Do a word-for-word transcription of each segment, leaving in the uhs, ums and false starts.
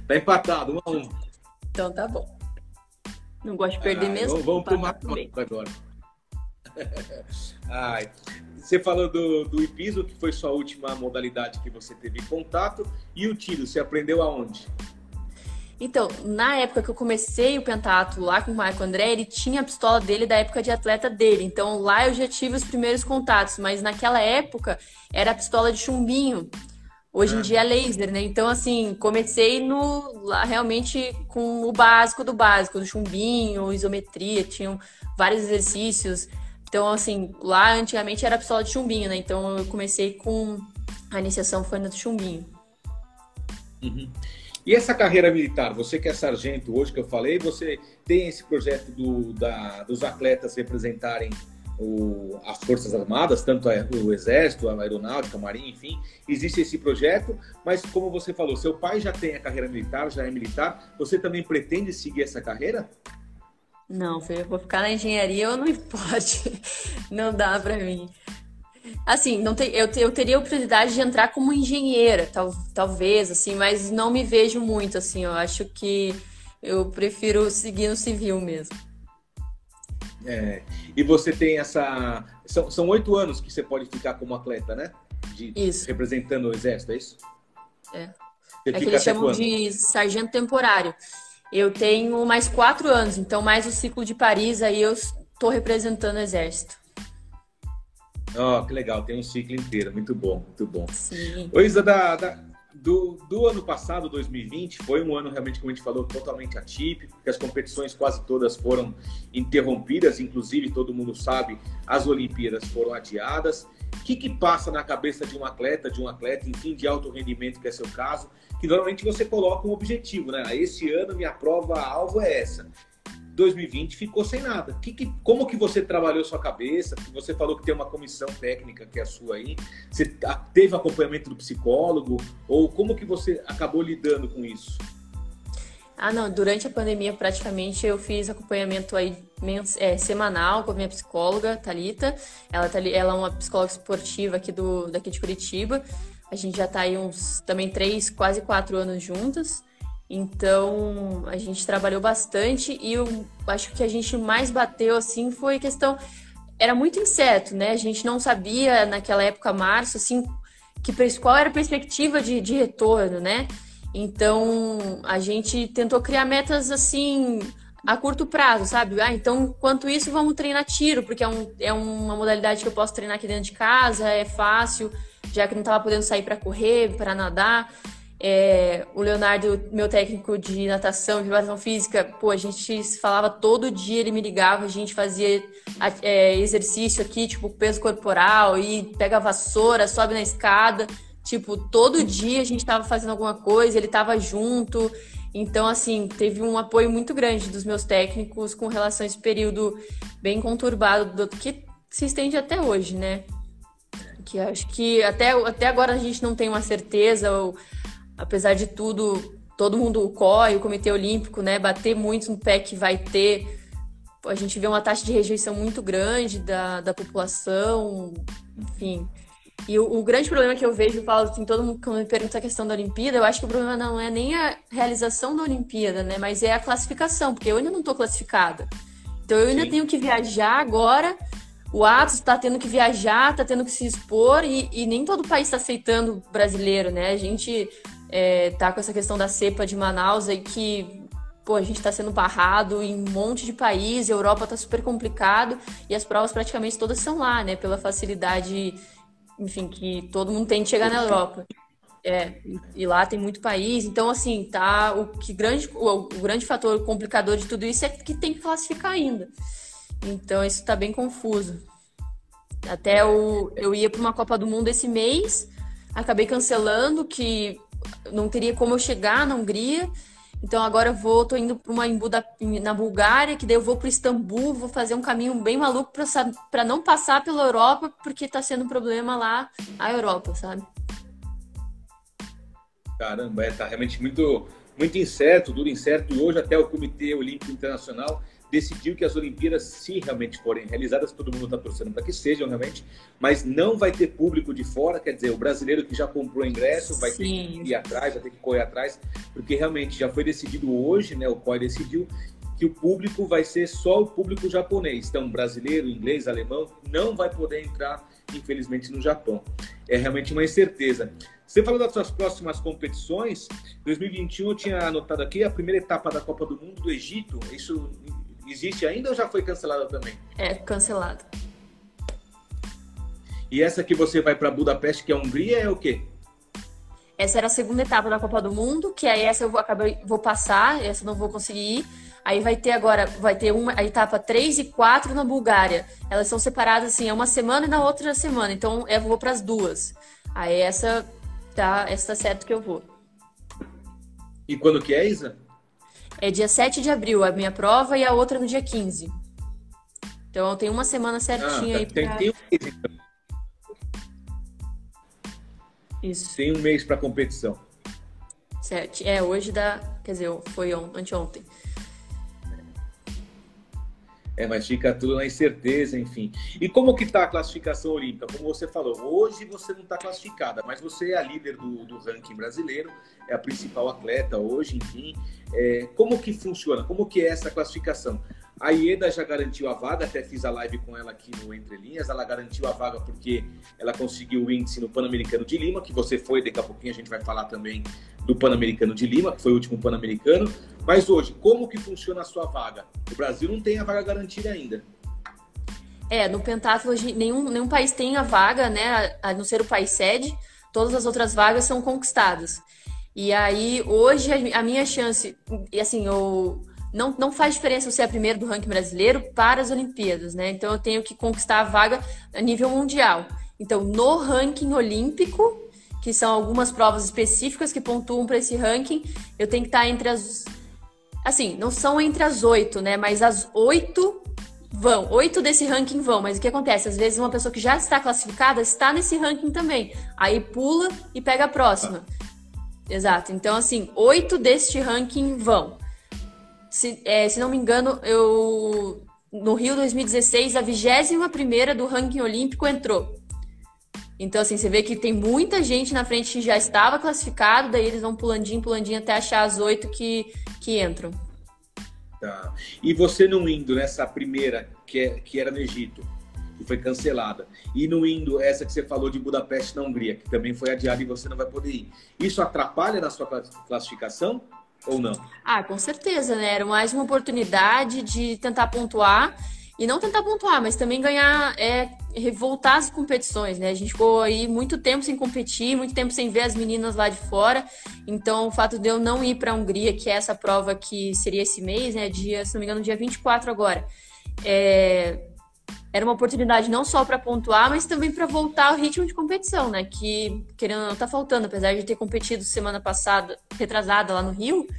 Tá empatado, um a um. Então tá bom. Não gosto de perder Ai, mesmo, vamos, vamos pro empatar mata-mata também. agora. Ai, você falou do, do hipismo, que foi sua última modalidade que você teve contato, e o tiro, você aprendeu aonde? Então, na época que eu comecei o pentatlo lá com o Marco André, ele tinha a pistola dele da época de atleta dele. Então, lá eu já tive os primeiros contatos, mas naquela época era a pistola de chumbinho. Hoje em Ah, dia é laser, né? Então, assim, comecei no lá realmente com o básico do básico, do chumbinho, isometria, tinham vários exercícios. Então, assim, lá antigamente era a pistola de chumbinho, né? Então eu comecei com a iniciação foi no chumbinho. uhum. E essa carreira militar, você que é sargento hoje, que eu falei, você tem esse projeto do, da, dos atletas representarem o, as Forças Armadas, tanto a, o Exército, a Aeronáutica, a Marinha, enfim, existe esse projeto, mas como você falou, seu pai já tem a carreira militar, já é militar, você também pretende seguir essa carreira? Não, filho, eu vou ficar na engenharia ou não pode. Não dá pra mim. Assim, não tem, eu, te- eu teria a oportunidade de entrar como engenheira, tal, talvez, assim, mas não me vejo muito, assim, eu acho que eu prefiro seguir no civil mesmo. É, e você tem essa... São, são oito anos que você pode ficar como atleta, né? De, Isso, representando o Exército, é isso? é. Você É que fica eles até chamam quando? de sargento temporário. Eu tenho mais quatro anos, então mais o ciclo de Paris, aí eu estou representando o exército. Ó, que legal, tem um ciclo inteiro, muito bom, muito bom. Sim. Ô, Isa, da, da- do, do ano passado, dois mil e vinte, foi um ano realmente, como a gente falou, totalmente atípico, porque as competições quase todas foram interrompidas, inclusive, todo mundo sabe, as Olimpíadas foram adiadas. O que que passa na cabeça de um atleta, de um atleta, enfim, de alto rendimento, que é seu caso, que normalmente você coloca um objetivo, né? Esse ano minha prova-alvo é essa. dois mil e vinte ficou sem nada. Que, que, como que você trabalhou sua cabeça? Você falou que tem uma comissão técnica que é a sua aí. Você teve acompanhamento do psicólogo? Ou como que você acabou lidando com isso? Ah, não, durante a pandemia praticamente eu fiz acompanhamento aí mens- é, semanal com a minha psicóloga, Thalita. Ela, tá ali- ela é uma psicóloga esportiva aqui, do, daqui de Curitiba. A gente já tá aí uns também três, quase quatro anos juntas. Então a gente trabalhou bastante e eu acho que a gente mais bateu assim foi questão. Era muito incerto, né? A gente não sabia naquela época, março, assim, que pers- qual era a perspectiva de, de retorno, né? Então a gente tentou criar metas assim a curto prazo, sabe? Ah, então, enquanto isso, vamos treinar tiro, porque é, um, é uma modalidade que eu posso treinar aqui dentro de casa, é fácil, já que não estava podendo sair para correr, para nadar. É, o Leonardo, meu técnico de natação, de preparação física, pô, a gente se falava todo dia, ele me ligava, a gente fazia é, exercício aqui, tipo, peso corporal, e pega a vassoura, sobe na escada, tipo, todo dia a gente tava fazendo alguma coisa, ele tava junto, então, assim, teve um apoio muito grande dos meus técnicos com relação a esse período bem conturbado, do, que se estende até hoje, né? Que acho que até, até agora a gente não tem uma certeza, ou apesar de tudo, todo mundo, o C O I, o Comitê Olímpico, né, bater muito no pé que vai ter, a gente vê uma taxa de rejeição muito grande da, da população, enfim. E o, o grande problema que eu vejo, eu falo assim, todo mundo quando me pergunta a questão da Olimpíada, eu acho que o problema não é nem a realização da Olimpíada, né, mas é a classificação, porque eu ainda não estou classificada. Então eu ainda Sim. tenho que viajar agora. O Atos está tendo que viajar, está tendo que se expor e, e nem todo país está aceitando brasileiro, né? A gente é, tá com essa questão da cepa de Manaus aí que, pô, a gente está sendo barrado em um monte de país, a Europa está super complicado e as provas praticamente todas são lá, né? Pela facilidade, enfim, que todo mundo tem de chegar na Europa. É, e e lá tem muito país, então assim, tá, o que grande, o, o grande fator complicador de tudo isso é que tem que classificar ainda. Então isso tá bem confuso. Até É, o, eu ia para uma Copa do Mundo esse mês, acabei cancelando, que não teria como eu chegar na Hungria. Então agora eu vou, tô indo para uma em Buda, na Bulgária, que daí eu vou para Istambul, vou fazer um caminho bem maluco para não passar pela Europa, porque tá sendo um problema lá a Europa, sabe? caramba, é, tá realmente muito, muito incerto, duro incerto. E hoje até o Comitê Olímpico Internacional decidiu que as Olimpíadas, se realmente forem realizadas, todo mundo está torcendo para que sejam realmente, mas não vai ter público de fora, quer dizer, o brasileiro que já comprou ingresso vai Sim. ter que ir atrás, vai ter que correr atrás, porque realmente já foi decidido hoje, né, o C O I decidiu que o público vai ser só o público japonês. Então, brasileiro, inglês, alemão, não vai poder entrar, infelizmente, no Japão. É realmente uma incerteza. Você falou das suas próximas competições. dois mil e vinte e um, eu tinha anotado aqui a primeira etapa da Copa do Mundo do Egito. Isso existe ainda ou já foi cancelada também? É, cancelada. E essa que você vai para Budapeste, que é a Hungria, é o quê? Essa era a segunda etapa da Copa do Mundo, que aí essa eu vou, acabei, vou passar, essa eu não vou conseguir ir. Aí vai ter agora, vai ter uma, a etapa três e quatro na Bulgária. Elas são separadas assim, é uma semana e na outra semana. Então eu vou para as duas. Aí essa tá, essa tá certo que eu vou. E quando que é, Isa? É dia sete de abril a minha prova e a outra no dia quinze. Então eu tenho uma semana certinha ah, tá. aí tem, pra... tem um mês, então. Isso. Tem um mês para competição. Certo. É, hoje dá, quer dizer, foi on, anteontem. É, mas fica tudo na incerteza, enfim. E como que está a classificação olímpica? Como você falou, hoje você não está classificada, mas você é a líder do, do ranking brasileiro, é a principal atleta hoje, enfim. É, como que funciona? Como que é essa classificação? A Ieda já garantiu a vaga, até fiz a live com ela aqui no Entre Linhas. Ela garantiu a vaga porque ela conseguiu o índice no Pan-Americano de Lima, que você foi, daqui a pouquinho a gente vai falar também do Pan-Americano de Lima, que foi o último Pan-Americano. Mas hoje, como que funciona a sua vaga? O Brasil não tem a vaga garantida ainda. É, no pentatlo nenhum, nenhum país tem a vaga, né? A não ser o país sede, todas as outras vagas são conquistadas. E aí, hoje, a minha chance, e assim, eu... Não, não faz diferença eu ser a primeira do ranking brasileiro para as Olimpíadas, né? Então eu tenho que conquistar a vaga a nível mundial. Então, no ranking olímpico, que são algumas provas específicas que pontuam para esse ranking, eu tenho que estar entre as... Assim, não são entre as oito, né? Mas as oito vão. Oito desse ranking vão. Mas o que acontece? Às vezes uma pessoa que já está classificada está nesse ranking também. Aí pula e pega a próxima. Exato. Então, assim, oito deste ranking vão. Se, é, se não me engano, eu no Rio dois mil e dezesseis, a vigésima primeira do ranking olímpico entrou. Então, assim, você vê que tem muita gente na frente que já estava classificado, daí eles vão pulandinho, pulandinho até achar as oito que, que entram. Tá. E você não indo nessa primeira, que, é, que era no Egito, que foi cancelada, e não indo essa que você falou de Budapeste na Hungria, que também foi adiada e você não vai poder ir, isso atrapalha na sua classificação? Ou não? Ah, com certeza, né? Era mais uma oportunidade de tentar pontuar, e não tentar pontuar, mas também ganhar, é, voltar às competições, né? A gente ficou aí muito tempo sem competir, muito tempo sem ver as meninas lá de fora, então o fato de eu não ir para a Hungria, que é essa prova que seria esse mês, né? Dia, se não me engano, dia vinte e quatro agora, é... era uma oportunidade não só para pontuar, mas também para voltar ao ritmo de competição, né? Que, querendo ou não, tá faltando. Apesar de ter competido semana passada, retrasada lá no Rio,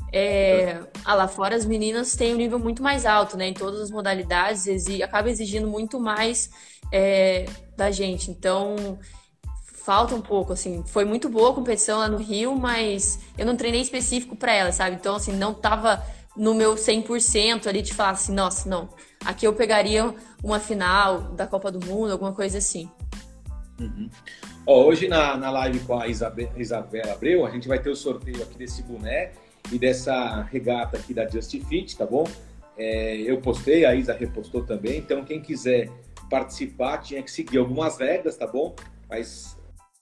é, ah, lá fora as meninas têm um nível muito mais alto, né? Em todas as modalidades, e acaba exigindo muito mais é, da gente. Então, falta um pouco, assim. Foi muito boa a competição lá no Rio, mas eu não treinei específico para ela, sabe? Então, assim, não tava no meu cem por cento ali de falar assim, nossa, não. Aqui eu pegaria uma final da Copa do Mundo, alguma coisa assim. Uhum. Ó, hoje na, na live com a Isabela, Isabela Abreu, a gente vai ter o sorteio aqui desse boné e dessa regata aqui da Just Fit, tá bom? É, eu postei, a Isa repostou também, então quem quiser participar tinha que seguir algumas regras, tá bom? Mas...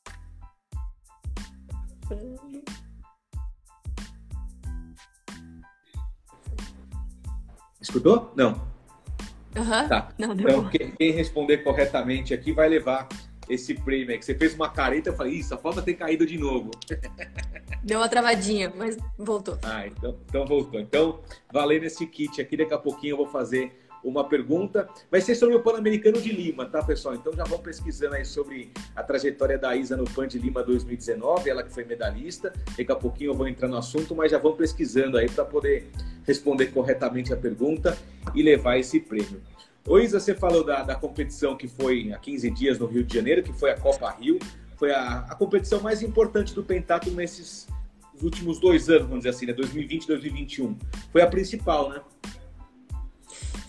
Escutou? Não. Uhum. Tá. Não, então, quem, quem responder corretamente aqui vai levar esse prêmio aí. Que você fez uma careta, eu falei, isso, só falta ter caído de novo. Deu uma travadinha, mas voltou. Ah, então, então voltou. Então, valendo esse kit aqui, daqui a pouquinho eu vou fazer uma pergunta. Vai ser sobre o Pan-Americano de Lima, tá, pessoal? Então já vão pesquisando aí sobre a trajetória da Isa no Pan de Lima dois mil e dezenove, ela que foi medalhista. Daqui a pouquinho eu vou entrar no assunto, mas já vão pesquisando aí para poder responder corretamente a pergunta e levar esse prêmio. Ô Isa, você falou da, da competição que foi há quinze dias no Rio de Janeiro, que foi a Copa Rio. Foi a, a competição mais importante do pentatlo nesses últimos dois anos, vamos dizer assim, né? dois mil e vinte e dois mil e vinte e um. Foi a principal, né?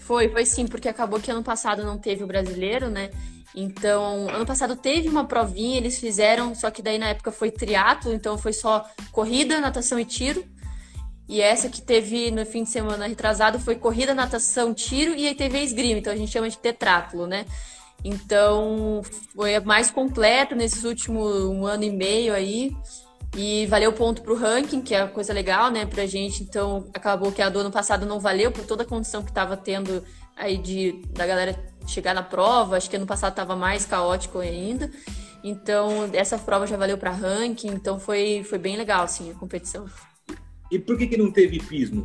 Foi, foi sim, porque acabou que ano passado não teve o brasileiro, né? Então, ano passado teve uma provinha, eles fizeram, só que daí na época foi triatlo, então foi só corrida, natação e tiro. E essa que teve no fim de semana retrasado foi corrida, natação, tiro e aí teve a esgrima, então a gente chama de tetrátulo, né? Então, foi a mais completa nesses últimos um ano e meio aí. E valeu ponto pro ranking, que é uma coisa legal, né, pra gente. Então, acabou que a do ano passado não valeu por toda a condição que tava tendo aí de, da galera chegar na prova. Acho que ano passado tava mais caótico ainda. Então, essa prova já valeu pra ranking. Então, foi, foi bem legal, assim, a competição. E por que que não teve hipismo?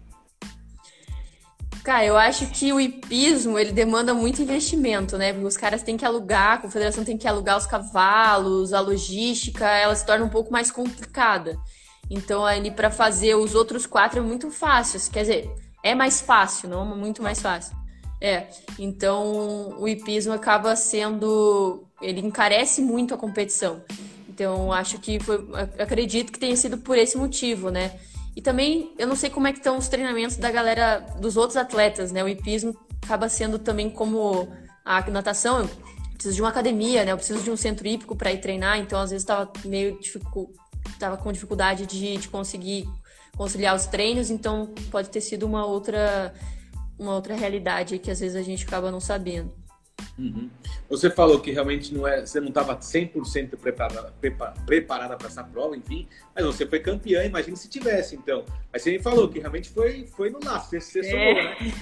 Cara, eu acho que o hipismo, ele demanda muito investimento, né? Porque os caras têm que alugar, a confederação tem que alugar os cavalos, a logística, ela se torna um pouco mais complicada. Então, ali para fazer os outros quatro é muito fácil. Quer dizer, é mais fácil, não muito mais fácil. É, então o hipismo acaba sendo... Ele encarece muito a competição. Então, acho que foi... Acredito que tenha sido por esse motivo, né? E também, eu não sei como é que estão os treinamentos da galera, dos outros atletas, né? O hipismo acaba sendo também como a natação, eu preciso de uma academia, né? Eu preciso de um centro hípico para ir treinar, então às vezes estava meio dificu... tava com dificuldade de, de conseguir conciliar os treinos, então pode ter sido uma outra, uma outra realidade que às vezes a gente acaba não sabendo. Uhum. Você falou que realmente não é, você não estava cem por cento preparada preparada para essa prova, enfim, mas você foi campeã, imagina se tivesse, então. Mas você me falou que realmente foi, foi no laço, você, você somou, É. né?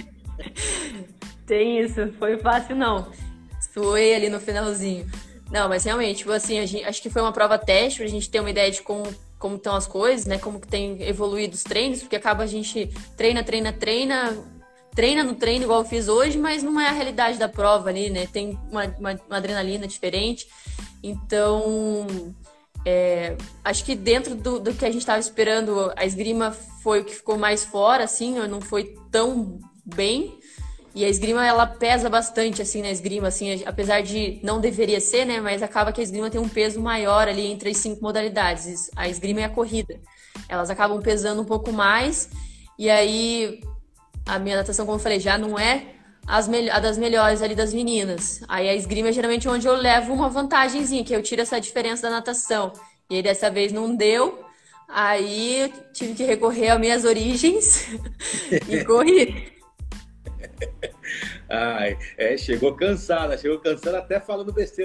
Tem isso, foi fácil não. Foi ali no finalzinho. Não, mas realmente, tipo assim, a gente, acho que foi uma prova teste pra gente ter uma ideia de como, como estão as coisas, né? Como que tem evoluído os treinos, porque acaba a gente treina, treina, treina, treina no treino igual eu fiz hoje, mas não é a realidade da prova ali, né? Tem uma, uma, uma adrenalina diferente. Então, é, acho que dentro do, do que a gente estava esperando, a esgrima foi o que ficou mais fora, assim, não foi tão bem. E a esgrima, ela pesa bastante, assim, na esgrima, assim, apesar de não deveria ser, né? Mas acaba que a esgrima tem um peso maior ali entre as cinco modalidades. A esgrima e a corrida. Elas acabam pesando um pouco mais. E aí, a minha natação, como eu falei, já não é as me- a das melhores ali das meninas. Aí a esgrima é geralmente onde eu levo uma vantagenzinha, que eu tiro essa diferença da natação. E aí, dessa vez, não deu. Aí, eu tive que recorrer às minhas origens e corri. Ai, é, chegou cansada, chegou cansada até falando besteira.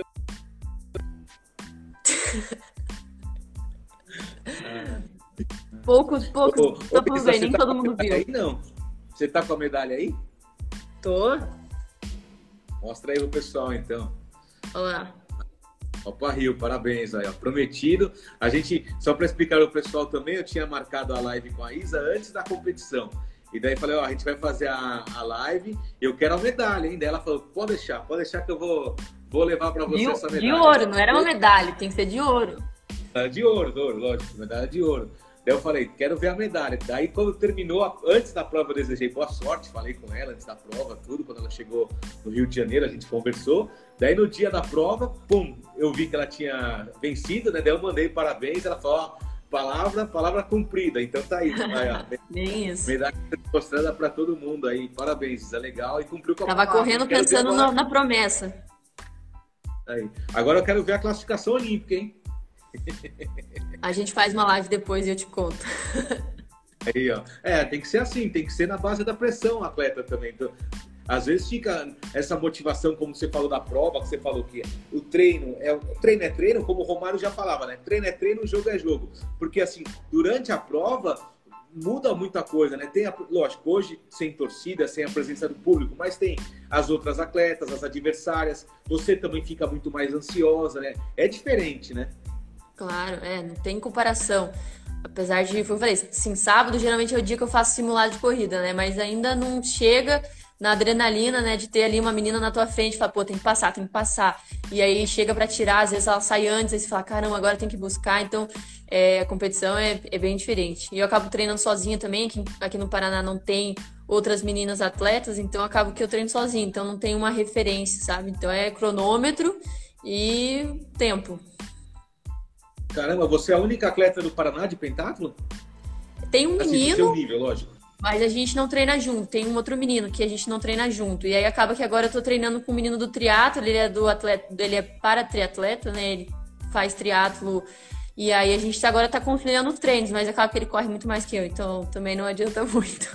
Poucos, poucos, Ô, ô, tô Bisa, bem, nem tá todo com a mundo medalha viu. aí? Não. Você tá com a medalha aí? Tô. Mostra aí pro pessoal, então. Olha lá. Opa, Rio, parabéns aí, ó. Prometido. A gente, só para explicar ao pessoal também, eu tinha marcado a live com a Isa antes da competição. E daí falei, ó, a gente vai fazer a, a live, eu quero a medalha, hein? Daí ela falou, pode deixar, pode deixar que eu vou, vou levar para você De, essa medalha. de ouro, não era uma medalha, tem que ser de ouro. De ouro, de ouro, lógico, medalha de ouro. Daí eu falei, quero ver a medalha. Daí quando terminou, antes da prova eu desejei boa sorte, falei com ela antes da prova, tudo. Quando ela chegou no Rio de Janeiro, a gente conversou. Daí no dia da prova, pum, eu vi que ela tinha vencido, né? Daí eu mandei parabéns, ela falou, ó, palavra, palavra cumprida. Então tá aí, aí ó, Nem isso. medalha mostrada para todo mundo aí. Parabéns, é legal e cumpriu com a Tava palavra. correndo Quero ver pensando agora- no- na promessa. Aí. Agora eu quero ver a classificação olímpica, hein? A gente faz uma live depois e eu te conto. Aí, ó. É, tem que ser assim, tem que ser na base da pressão, atleta também. Então, às vezes fica essa motivação, como você falou da prova, que você falou que o treino é, o treino é treino, como o Romário já falava, né? Treino é treino, jogo é jogo. Porque, assim, durante a prova, muda muita coisa, né? Tem, a, lógico, hoje sem torcida, sem a presença do público, mas tem as outras atletas, as adversárias, você também fica muito mais ansiosa, né? É diferente, né? Claro, é, não tem comparação. Apesar de, como eu falei, sim, sábado geralmente é o dia que eu faço simulado de corrida, né? Mas ainda não chega na adrenalina, né? De ter ali uma menina na tua frente e falar, pô, tem que passar, tem que passar. E aí chega pra tirar, às vezes ela sai antes, aí você fala, caramba, agora tem que buscar. Então, é, a competição é, é bem diferente. E eu acabo treinando sozinha também, aqui, aqui no Paraná não tem outras meninas atletas, então acabo que eu treino sozinha. Então não tem uma referência, sabe? Então é cronômetro e tempo. Caramba, você é a única atleta do Paraná de pentatlo? Tem um Assim, do menino... seu nível, lógico. Mas a gente não treina junto. Tem um outro menino que a gente não treina junto. E aí acaba que agora eu tô treinando com o menino do triatlo, ele é do atleta, ele é para triatleta, né? Ele faz triatlo. E aí a gente agora tá conciliando os treinos, mas acaba que ele corre muito mais que eu, então também não adianta muito.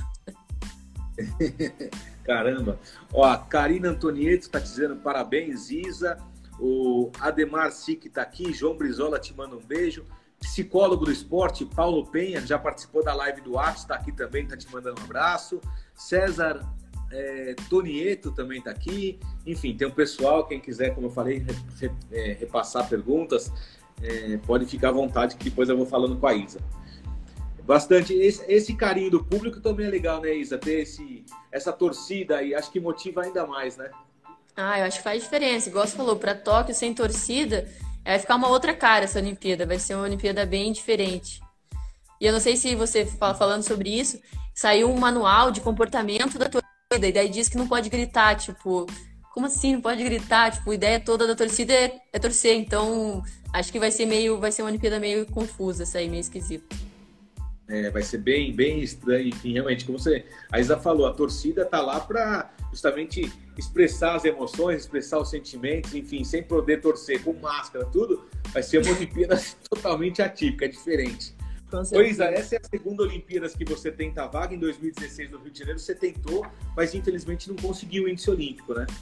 Caramba. Ó, a Karina Antonieto tá te dizendo parabéns, Isa. O Ademar Sique tá aqui, João Brizola te manda um beijo. Psicólogo do esporte, Paulo Penha, já participou da live do Atos, está aqui também, está te mandando um abraço. César é, Tonieto também está aqui. Enfim, tem um pessoal, quem quiser, como eu falei, re, re, é, repassar perguntas, é, pode ficar à vontade, que depois eu vou falando com a Isa. Bastante. Esse, esse carinho do público também é legal, né, Isa? Ter esse, essa torcida aí, acho que motiva ainda mais, né? Ah, eu acho que faz diferença. Igual você falou, para Tóquio sem torcida, vai ficar uma outra cara essa Olimpíada, vai ser uma Olimpíada bem diferente. E eu não sei se você fala falando sobre isso, saiu um manual de comportamento da torcida, e daí diz que não pode gritar, tipo, como assim não pode gritar? Tipo, a ideia toda da torcida é, é torcer, então acho que vai ser meio, vai ser uma Olimpíada meio confusa, essa aí, meio esquisita. É, vai ser bem, bem estranho, enfim, realmente, como você, a Isa falou, a torcida tá lá para justamente expressar as emoções, expressar os sentimentos, enfim, sem poder torcer, com máscara, tudo, vai ser uma Olimpíada totalmente atípica, diferente. Ô, Isa, essa é a segunda Olimpíada que você tenta a vaga, em dois mil e dezesseis no Rio de Janeiro, você tentou, mas infelizmente não conseguiu o índice olímpico, né?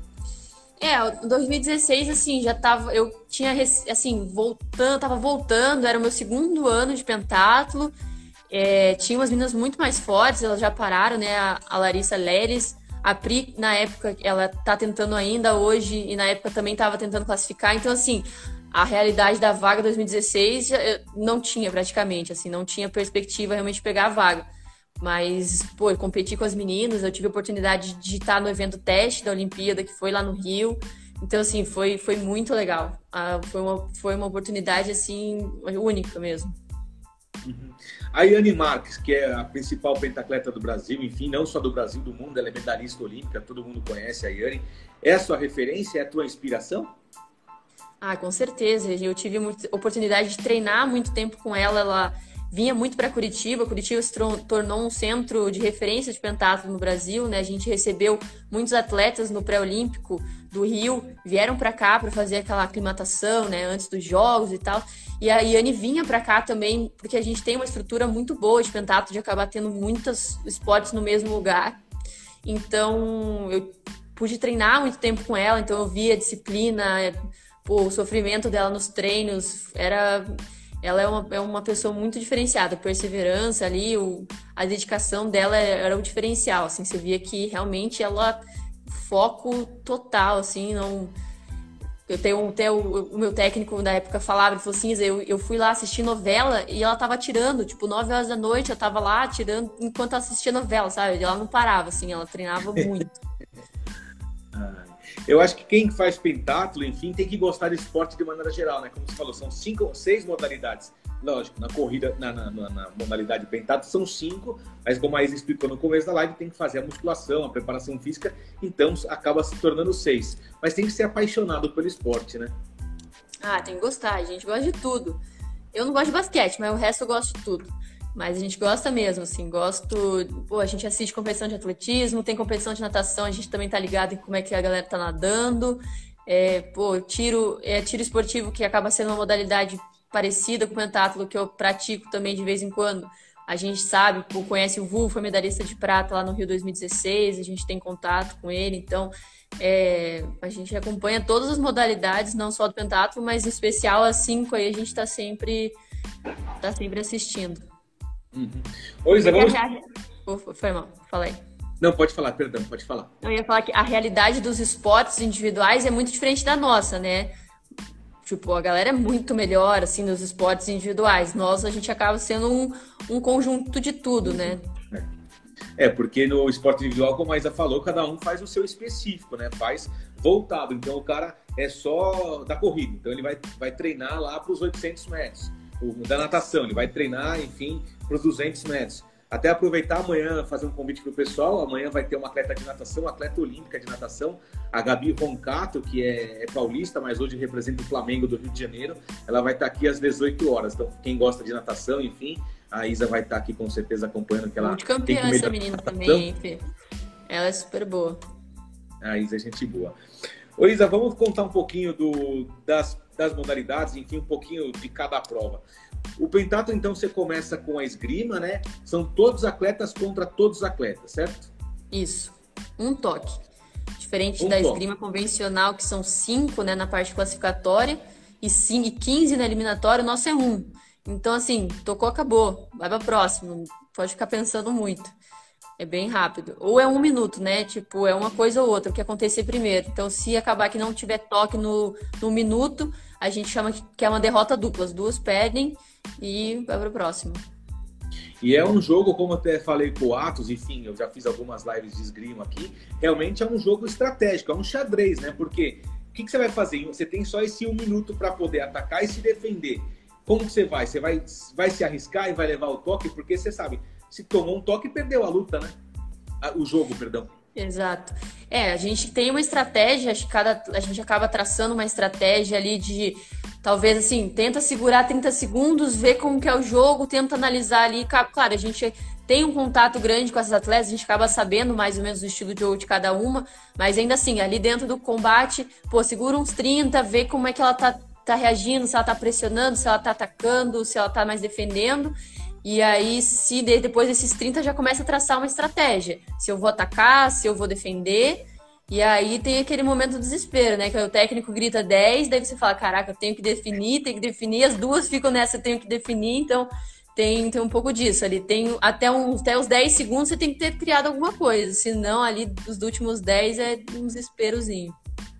É, em dois mil e dezesseis, assim, já tava, eu tinha, assim, voltando, tava voltando, era o meu segundo ano de pentatlo. É, tinha umas meninas muito mais fortes, elas já pararam, né? A, a Larissa Leres, a Pri, na época, ela tá tentando ainda hoje, e na época também tava tentando classificar. Então, assim, a realidade da vaga dois mil e dezesseis já, não tinha praticamente, assim, não tinha perspectiva realmente de pegar a vaga. Mas, pô, eu competi com as meninas, eu tive a oportunidade de estar no evento teste da Olimpíada, que foi lá no Rio. Então, assim, foi, foi muito legal. Ah, foi, uma, foi uma oportunidade, assim, única mesmo. Uhum. A Yane Marques, que é a principal pentatleta do Brasil, enfim, não só do Brasil, do mundo, ela é medalhista olímpica, todo mundo conhece a Yane. É a sua referência? É a tua inspiração? Ah, com certeza. Eu tive muita oportunidade de treinar muito tempo com ela. Ela vinha muito para Curitiba. Curitiba se tornou um centro de referência de pentatlo no Brasil, né? A gente recebeu muitos atletas no pré-olímpico do Rio, vieram para cá para fazer aquela aclimatação, né? Antes dos jogos e tal. E a Yane vinha para cá também, porque a gente tem uma estrutura muito boa de pentatlo, de acabar tendo muitos esportes no mesmo lugar. Então, eu pude treinar muito tempo com ela, então eu via a disciplina, pô, o sofrimento dela nos treinos, era... Ela é uma, é uma pessoa muito diferenciada, a perseverança ali, o, a dedicação dela era o diferencial, assim, você via que realmente ela, foco total, assim, não... Eu tenho até o, o meu técnico da época falava, ele falou assim, eu, eu fui lá assistir novela e ela tava atirando, tipo, nove horas da noite eu tava lá atirando enquanto ela assistia novela, sabe? Ela não parava, assim, ela treinava muito. Eu acho que quem faz pentatlo, enfim, tem que gostar de esporte de maneira geral, né? Como você falou, são cinco ou seis modalidades. Lógico, na corrida, na, na, na modalidade pentatlo são cinco, mas como a Isa explicou no começo da live, tem que fazer a musculação, a preparação física, então acaba se tornando seis. Mas tem que ser apaixonado pelo esporte, né? Ah, tem que gostar, a gente gosta de tudo. Eu não gosto de basquete, mas o resto eu gosto de tudo. Mas a gente gosta mesmo, assim, gosto... Pô, a gente assiste competição de atletismo, tem competição de natação, a gente também tá ligado em como é que a galera tá nadando. É, pô, tiro, é, tiro esportivo, que acaba sendo uma modalidade parecida com o pentatlo, que eu pratico também de vez em quando. A gente sabe, pô, conhece o Vu, foi medalhista de prata lá no Rio dois mil e dezesseis, a gente tem contato com ele, então... É, a gente acompanha todas as modalidades, não só do pentatlo, mas em especial as cinco aí a gente tá sempre, tá sempre assistindo. Uhum. Oi, Isa, vamos... Ufa, foi mal, falei. Não, pode falar, perdão, pode falar. Eu ia falar que a realidade dos esportes individuais é muito diferente da nossa, né? Tipo, a galera é muito melhor, assim, nos esportes individuais. Nós, a gente acaba sendo um, um conjunto de tudo, né? É, porque no esporte individual, como a Isa falou, cada um faz o seu específico, né? Faz voltado. Então, o cara é só da corrida. Então, ele vai, vai treinar lá para os oitocentos metros. O da natação, ele vai treinar, enfim, para os duzentos metros. Até aproveitar amanhã, fazer um convite para o pessoal. Amanhã vai ter uma atleta de natação, atleta olímpica de natação, a Gabi Roncato, que é, é paulista, mas hoje representa o Flamengo do Rio de Janeiro. Ela vai estar aqui às dezoito horas. Então, quem gosta de natação, enfim, A Isa vai estar aqui com certeza acompanhando, que ela tem Multicampeã que essa menina também, hein, Fê? Ela é super boa. A Isa é gente boa. Ô Isa, vamos contar um pouquinho do, das, das modalidades, enfim, um pouquinho de cada prova. O pentatlo, então, você começa com a esgrima, né? São todos atletas contra todos os atletas, certo? Isso. Um toque. Diferente Um da toque. esgrima convencional, que são cinco, né, na parte classificatória, e sim- e quinze na eliminatória, o nosso é um. Então, assim, tocou, acabou. Vai pra próxima. Não pode ficar pensando muito. É bem rápido. Ou é um minuto, né? Tipo, é uma coisa ou outra, o que acontecer primeiro. Então, se acabar que não tiver toque no, no minuto, a gente chama que é uma derrota dupla. As duas perdem e vai pro próximo. E é um jogo, como eu até falei com o Atos, enfim, eu já fiz algumas lives de esgrima aqui, realmente é um jogo estratégico, é um xadrez, né? Porque o que, que você vai fazer? Você tem só esse um minuto para poder atacar e se defender. Como que você vai? Você vai, vai se arriscar e vai levar o toque? Porque você sabe, se tomou um toque, perdeu a luta, né? O jogo, perdão. Exato. É, a gente tem uma estratégia, acho que cada, a gente acaba traçando uma estratégia ali de, talvez assim, tenta segurar trinta segundos, ver como que é o jogo, tenta analisar ali. Claro, a gente tem um contato grande com essas atletas, a gente acaba sabendo mais ou menos o estilo de jogo de cada uma, mas ainda assim, ali dentro do combate, pô, segura uns trinta, vê como é que ela tá, tá reagindo, se ela tá pressionando, se ela tá atacando, se ela tá mais defendendo. E aí, se depois desses trinta já começa a traçar uma estratégia. Se eu vou atacar, se eu vou defender. E aí tem aquele momento do desespero, né? Que o técnico grita dez, daí você fala, caraca, eu tenho que definir, tenho que definir. As duas ficam nessa, eu tenho que definir. Então, tem, tem um pouco disso ali. Tem até, um, até os dez segundos você tem que ter criado alguma coisa. Senão, ali, os últimos dez é um desesperozinho.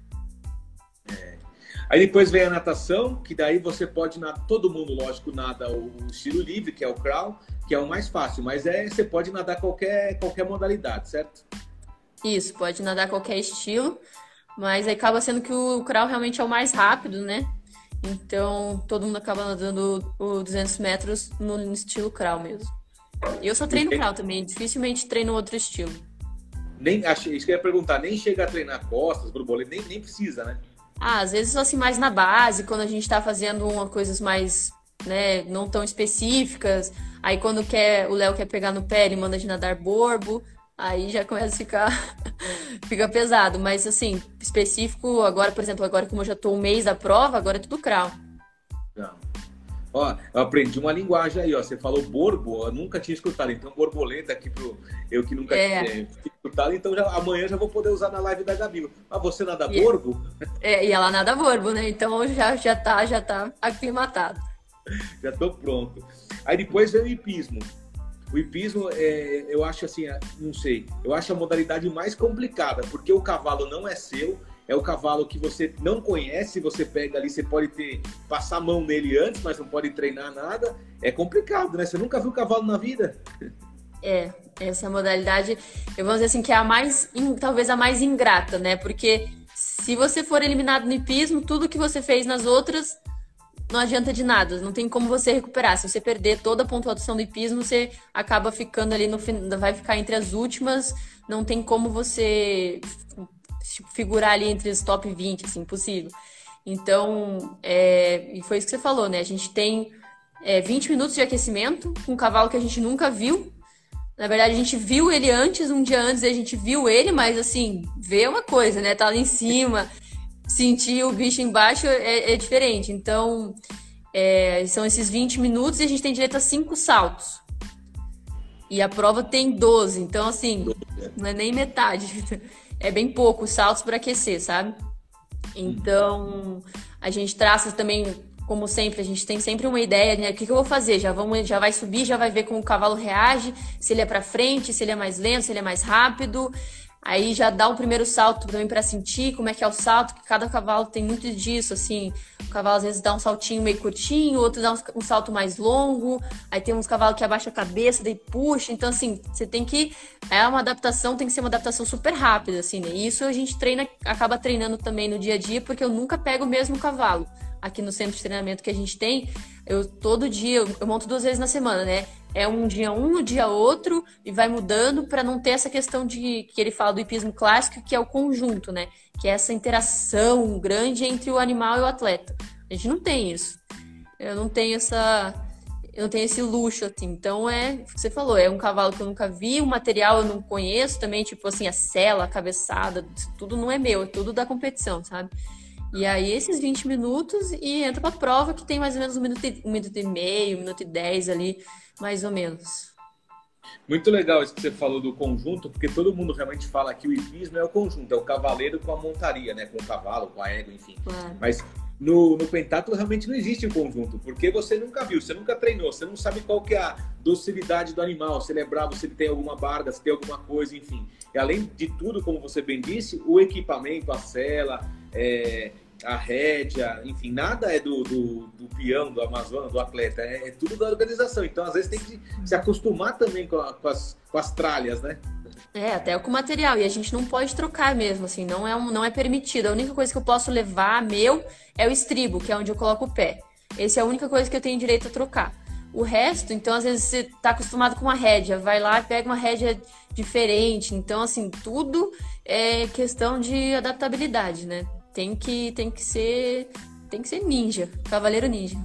Aí depois vem a natação, que daí você pode nadar, todo mundo, lógico, nada o estilo livre, que é o crawl, que é o mais fácil, mas é, você pode nadar qualquer, qualquer modalidade, certo? Isso, pode nadar qualquer estilo, mas aí acaba sendo que o crawl realmente é o mais rápido, né? Então, todo mundo acaba nadando o duzentos metros no estilo crawl mesmo. Eu só treino crawl também, dificilmente treino outro estilo. Nem, achei, isso que eu ia perguntar, nem chega a treinar costas, borboleta, nem, nem precisa, né? Ah, às vezes assim mais na base, quando a gente tá fazendo uma coisas mais, né, não tão específicas. Aí quando quer, o Léo quer pegar no pé, ele manda de nadar borbo, aí já começa a ficar fica pesado, mas assim, específico agora, por exemplo, agora como eu já tô um mês da prova, agora é tudo crawl. Não. Ó, eu aprendi uma linguagem aí, ó. Você falou borbo, eu nunca tinha escutado. Então, borboleta aqui pro eu que nunca É. tinha escutado. Então, já, amanhã já vou poder usar na live da Gabi. Mas você nada E- borbo? É, e ela nada borbo, né? Então já, já tá, já tá aclimatado. Já tô pronto. Aí depois vem o hipismo. O hipismo, é, eu acho assim, não sei, eu acho a modalidade mais complicada, porque o cavalo não é seu, é o cavalo que você não conhece, você pega ali, você pode ter, passar a mão nele antes, mas não pode treinar nada. É complicado, né? Você nunca viu cavalo na vida? É, essa modalidade, eu vou dizer assim, que é a mais, in- talvez a mais ingrata, né? Porque se você for eliminado no hipismo, tudo que você fez nas outras não adianta de nada, não tem como você recuperar. Se você perder toda a pontuação do hipismo, você acaba ficando ali no final, vai ficar entre as últimas, não tem como você tipo, figurar ali entre os top vinte, assim, impossível. Então, é, e foi isso que você falou, né? A gente tem é, vinte minutos de aquecimento com um cavalo que a gente nunca viu. Na verdade, a gente viu ele antes, um dia antes a gente viu ele, mas assim, ver é uma coisa, né? Tá lá em cima, sentir o bicho embaixo é, é diferente. Então, é, são esses vinte minutos e a gente tem direito a cinco saltos. E a prova tem doze, então assim, não é nem metade. É bem pouco os saltos para aquecer, sabe? Então, a gente traça também, como sempre, a gente tem sempre uma ideia, né? O que, que eu vou fazer? Já, vamos, já vai subir, já vai ver como o cavalo reage, se ele é para frente, se ele é mais lento, se ele é mais rápido. Aí já dá o primeiro salto também para sentir como é que é o salto, que cada cavalo tem muito disso, assim. O cavalo às vezes dá um saltinho meio curtinho, outro dá um, um salto mais longo. Aí tem uns cavalos que abaixa a cabeça, daí puxa. Então, assim, você tem que... É uma adaptação, tem que ser uma adaptação super rápida, assim, né? E isso a gente treina, acaba treinando também no dia a dia, porque eu nunca pego o mesmo cavalo. Aqui no centro de treinamento que a gente tem, eu todo dia, eu, eu monto duas vezes na semana, né? É um dia um, um dia outro, e vai mudando para não ter essa questão de que ele fala do hipismo clássico, que é o conjunto, né? Que é essa interação grande entre o animal e o atleta. A gente não tem isso. Eu não tenho essa, eu não tenho esse luxo, assim. Então, é o que você falou, é um cavalo que eu nunca vi, o material eu não conheço também, tipo assim, a sela, a cabeçada, isso tudo não é meu, é tudo da competição, sabe? E aí, esses vinte minutos e entra pra prova que tem mais ou menos um minuto e, um minuto e meio, um minuto e dez ali, mais ou menos. Muito legal isso que você falou do conjunto, porque todo mundo realmente fala que o hipismo é o conjunto, é o cavaleiro com a montaria, né? Com o cavalo, com a égua, enfim. Claro. Mas no, no pentatlo realmente não existe o conjunto, porque você nunca viu, você nunca treinou, você não sabe qual que é a docilidade do animal, se ele é bravo, se ele tem alguma barga, se tem alguma coisa, enfim. E além de tudo, como você bem disse, o equipamento, a sela, é, a rédea, enfim, nada é do, do, do peão, do Amazonas, do atleta, é, é tudo da organização. Então, às vezes, tem que se acostumar também com, a, com, as, com as tralhas, né? É, até com o material. E a gente não pode trocar mesmo, assim, não é, um, não é permitido. A única coisa que eu posso levar, meu, é o estribo, que é onde eu coloco o pé. Essa é a única coisa que eu tenho direito a trocar. O resto, então, às vezes você tá acostumado com uma rédea, vai lá e pega uma rédea diferente. Então, assim, tudo é questão de adaptabilidade, né? Tem que, tem que ser, tem que ser ninja, cavaleiro ninja.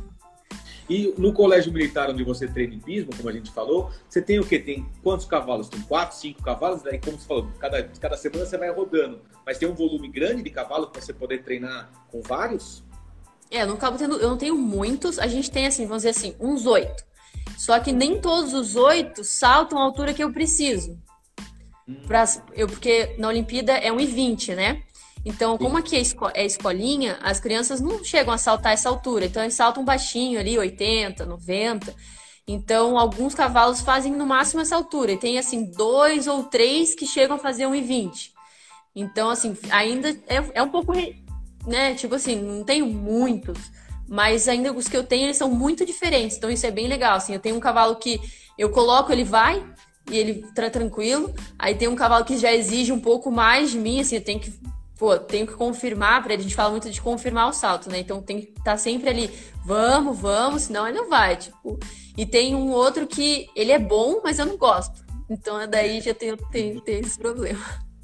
E no colégio militar onde você treina hipismo, como a gente falou, você tem o quê? Tem quantos cavalos? Tem quatro, cinco cavalos? Daí, como você falou, cada, cada semana você vai rodando. Mas tem um volume grande de cavalos para você poder treinar com vários? É, eu não acabo tendo, eu não tenho muitos. A gente tem, assim, vamos dizer assim, uns oito. Só que nem todos os oito saltam a altura que eu preciso. Hum. Pra, eu, porque na Olimpíada é um e vinte, né? Então, como aqui é, esco é escolinha, as crianças não chegam a saltar essa altura. Então, eles saltam baixinho ali, oitenta, noventa. Então, alguns cavalos fazem no máximo essa altura. E tem, assim, dois ou três que chegam a fazer um e vinte. Então, assim, ainda é, é um pouco, né? Tipo assim, não tenho muitos. Mas ainda os que eu tenho, eles são muito diferentes. Então, isso é bem legal. Assim, eu tenho um cavalo que eu coloco, ele vai e ele tá tranquilo. Aí tem um cavalo que já exige um pouco mais de mim, assim, eu tenho que... Pô, tenho que confirmar, para a gente fala muito de confirmar o salto, né? Então tem que estar sempre ali, vamos, vamos, senão ele não vai, tipo. E tem um outro que ele é bom, mas eu não gosto. Então daí já tem, tem, tem esse problema.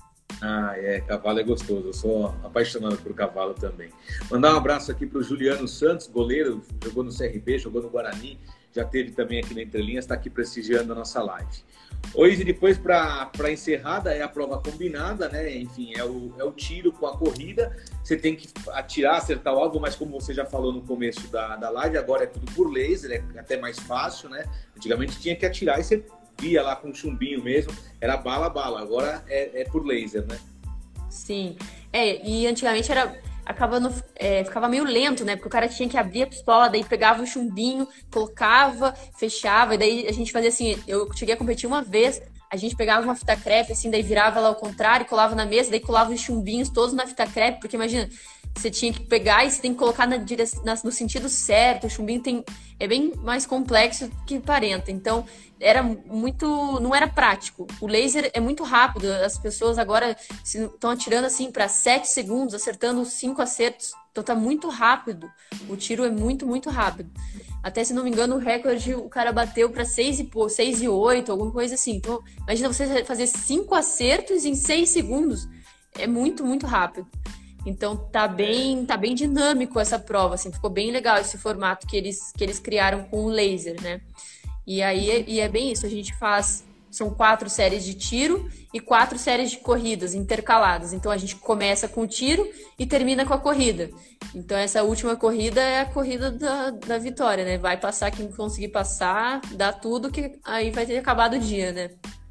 Ah, é, cavalo é gostoso, eu sou apaixonado por cavalo também. Mandar um abraço aqui para o Juliano Santos, goleiro, jogou no C R B, jogou no Guarani, já teve também aqui na Entre Linhas, está aqui prestigiando a nossa live. Hoje, depois, para encerrada, é a prova combinada, né? Enfim, é o, é o tiro com a corrida. Você tem que atirar, acertar o alvo, mas como você já falou no começo da, da live, agora é tudo por laser, é até mais fácil, né? Antigamente tinha que atirar e você via lá com chumbinho mesmo, era bala, bala. Agora é, é por laser, né? Sim. É, e antigamente era... Acaba no, é, ficava meio lento, né? Porque o cara tinha que abrir a pistola, daí pegava o chumbinho, colocava, fechava, e daí a gente fazia assim, eu cheguei a competir uma vez, a gente pegava uma fita crepe, assim, daí virava lá ao contrário, colava na mesa, daí colava os chumbinhos todos na fita crepe, porque imagina, você tinha que pegar e você tem que colocar na dire... na, no sentido certo, o chumbinho tem... é bem mais complexo que aparenta, então era muito, não era prático. O laser é muito rápido, as pessoas agora estão atirando assim para sete segundos, acertando cinco acertos, então tá muito rápido, o tiro é muito, muito rápido. Até, se não me engano, o recorde o cara bateu para seis e oito, alguma coisa assim. Então, imagina você fazer cinco acertos em seis segundos, é muito, muito rápido. Então tá bem, tá bem dinâmico essa prova, assim, ficou bem legal esse formato que eles, que eles criaram com o laser, né? E aí e é bem isso, a gente faz, são quatro séries de tiro e quatro séries de corridas intercaladas. Então a gente começa com o tiro e termina com a corrida. Então essa última corrida é a corrida da, da vitória, né? Vai passar quem conseguir passar, dá tudo, que aí vai ter acabado o dia, né?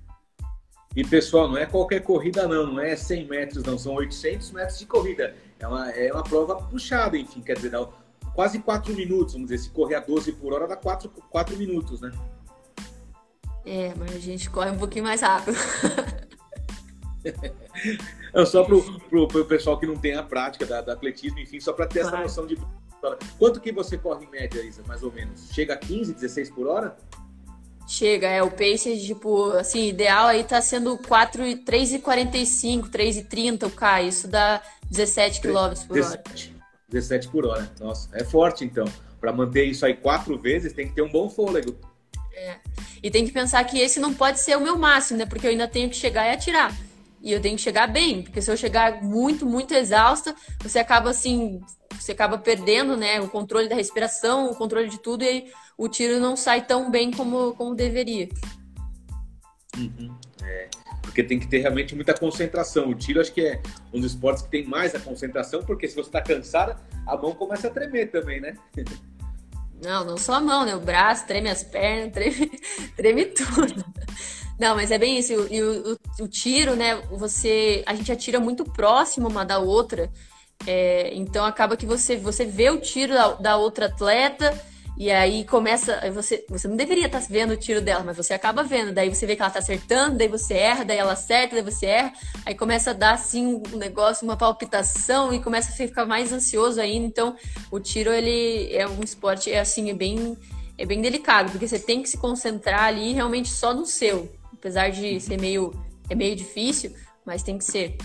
E, pessoal, não é qualquer corrida, não. Não é cem metros, não. São oitocentos metros de corrida. É uma, é uma prova puxada, enfim. Quer dizer, dá quase quatro minutos. Vamos dizer, se correr a doze por hora, dá quatro, quatro minutos, né? É, mas a gente corre um pouquinho mais rápido. Não, só pro, pro, pro pessoal que não tem a prática da, da atletismo, enfim, só para ter claro. Essa noção de... Quanto que você corre em média, Isa, mais ou menos? Chega a quinze, dezesseis por hora? Chega, é o pace, tipo, assim, ideal aí tá sendo três e quarenta e cinco, três e trinta o K, isso dá dezessete quilômetros por hora. dezessete por hora, nossa, é forte então. Para manter isso aí quatro vezes, tem que ter um bom fôlego. É. E tem que pensar que esse não pode ser o meu máximo, né? Porque eu ainda tenho que chegar e atirar. E eu tenho que chegar bem, porque se eu chegar muito, muito exausta, você acaba assim, você acaba perdendo, né, o controle da respiração, o controle de tudo, e aí o tiro não sai tão bem como, como deveria. Uhum. É, porque tem que ter realmente muita concentração. O tiro acho que é um dos esportes que tem mais a concentração, porque se você está cansada, a mão começa a tremer também, né? Não, não só a mão, né? O braço, treme as pernas, treme, treme tudo. Não, mas é bem isso. E o, o, o tiro, né? Você, a gente atira muito próximo uma da outra. É, então acaba que você, você vê o tiro da, da outra atleta e aí começa. Você, você não deveria estar vendo o tiro dela, mas você acaba vendo. Daí você vê que ela está acertando, daí você erra, daí ela acerta, daí você erra. Aí começa a dar assim um negócio, uma palpitação e começa a ficar mais ansioso ainda. Então o tiro ele é um esporte é assim, é bem, é bem delicado, porque você tem que se concentrar ali realmente só no seu. Apesar de ser meio, é meio difícil, mas tem que ser.